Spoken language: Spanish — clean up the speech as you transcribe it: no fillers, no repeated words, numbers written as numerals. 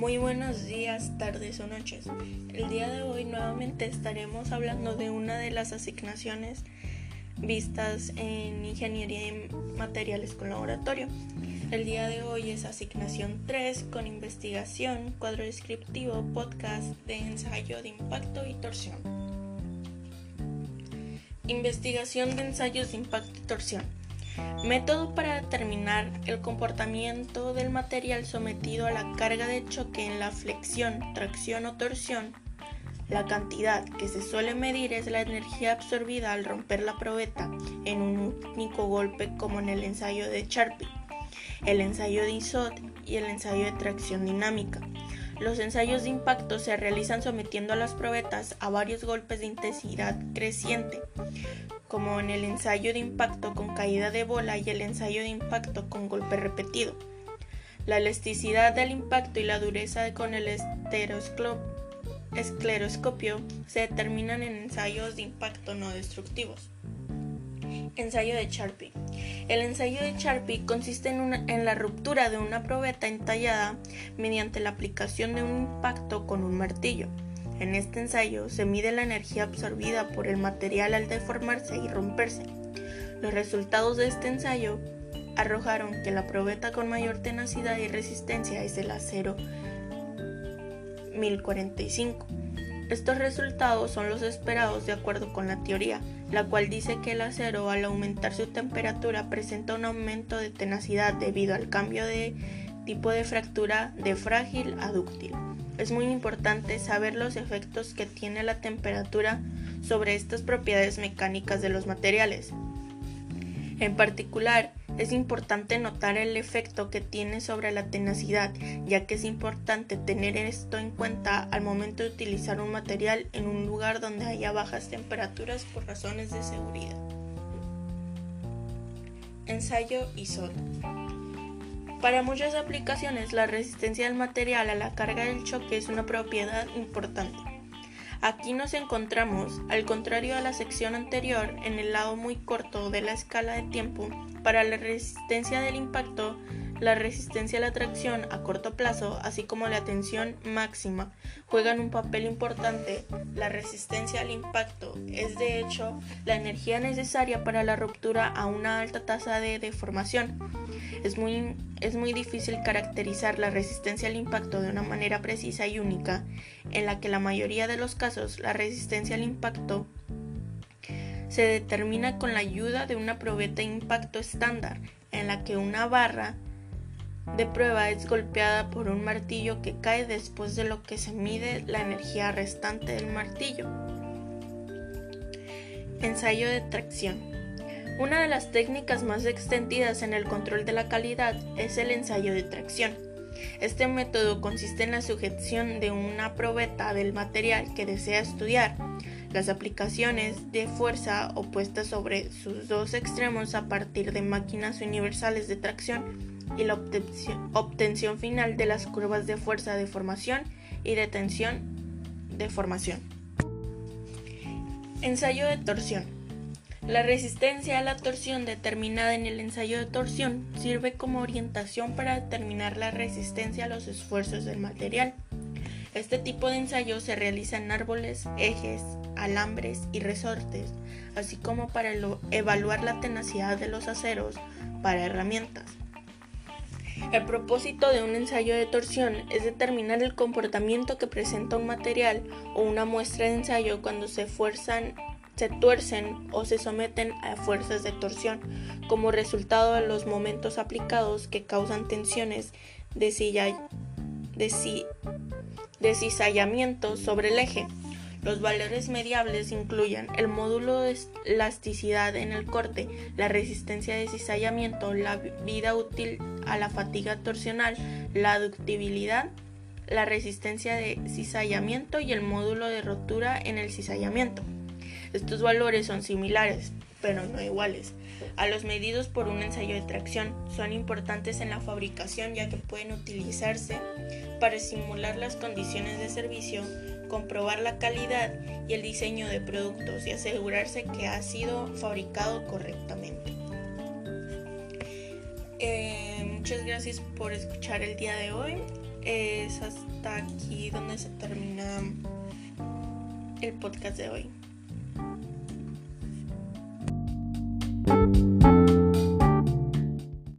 Muy buenos días, tardes o noches. El día de hoy nuevamente estaremos hablando de una de las asignaciones vistas en Ingeniería en Materiales con Laboratorio. El día de hoy es asignación 3 con investigación, cuadro descriptivo, podcast de ensayo de impacto y torsión. Investigación de ensayos de impacto y torsión. Método para determinar el comportamiento del material sometido a la carga de choque en la flexión, tracción o torsión. La cantidad que se suele medir es la energía absorbida al romper la probeta en un único golpe, como en el ensayo de Charpy, el ensayo de Isod y el ensayo de tracción dinámica. Los ensayos de impacto se realizan sometiendo a las probetas a varios golpes de intensidad creciente, como en el ensayo de impacto con caída de bola y el ensayo de impacto con golpe repetido. La elasticidad del impacto y la dureza con el escleroscopio se determinan en ensayos de impacto no destructivos. Ensayo de Charpy. El ensayo de Charpy consiste en la ruptura de una probeta entallada mediante la aplicación de un impacto con un martillo. En este ensayo se mide la energía absorbida por el material al deformarse y romperse. Los resultados de este ensayo arrojaron que la probeta con mayor tenacidad y resistencia es el acero 1045. Estos resultados son los esperados de acuerdo con la teoría, la cual dice que el acero, al aumentar su temperatura, presenta un aumento de tenacidad debido al cambio de tipo de fractura de frágil a dúctil. Es muy importante saber los efectos que tiene la temperatura sobre estas propiedades mecánicas de los materiales. En particular, es importante notar el efecto que tiene sobre la tenacidad, ya que es importante tener esto en cuenta al momento de utilizar un material en un lugar donde haya bajas temperaturas por razones de seguridad. Ensayo Isod. Para muchas aplicaciones, la resistencia del material a la carga del choque es una propiedad importante. Aquí nos encontramos, al contrario de la sección anterior, en el lado muy corto de la escala de tiempo. Para la resistencia del impacto, la resistencia a la tracción a corto plazo, así como la tensión máxima, juegan un papel importante. La resistencia al impacto es, de hecho, la energía necesaria para la ruptura a una alta tasa de deformación. Es muy difícil caracterizar la resistencia al impacto de una manera precisa y única, en la que la mayoría de los casos la resistencia al impacto se determina con la ayuda de una probeta de impacto estándar, en la que una barra de prueba es golpeada por un martillo que cae después de lo que se mide la energía restante del martillo. Ensayo de tracción. Una de las técnicas más extendidas en el control de la calidad es el ensayo de tracción. Este método consiste en la sujeción de una probeta del material que desea estudiar, las aplicaciones de fuerza opuestas sobre sus dos extremos a partir de máquinas universales de tracción y la obtención final de las curvas de fuerza de formación y de tensión de formación. Ensayo de torsión. La resistencia a la torsión determinada en el ensayo de torsión sirve como orientación para determinar la resistencia a los esfuerzos del material. Este tipo de ensayo se realiza en árboles, ejes, alambres y resortes, así como para evaluar la tenacidad de los aceros para herramientas. El propósito de un ensayo de torsión es determinar el comportamiento que presenta un material o una muestra de ensayo cuando se tuercen o se someten a fuerzas de torsión como resultado de los momentos aplicados que causan tensiones de cizallamiento sobre el eje. Los valores mediables incluyen el módulo de elasticidad en el corte, la resistencia de cizallamiento, la vida útil a la fatiga torsional, la ductibilidad, la resistencia de cizallamiento y el módulo de rotura en el cizallamiento. Estos valores son similares, pero no iguales, a los medidos por un ensayo de tracción. Son importantes en la fabricación, ya que pueden utilizarse para simular las condiciones de servicio, comprobar la calidad y el diseño de productos y asegurarse que ha sido fabricado correctamente. Muchas gracias por escuchar el día de hoy. es hasta aquí donde se termina el podcast de hoy.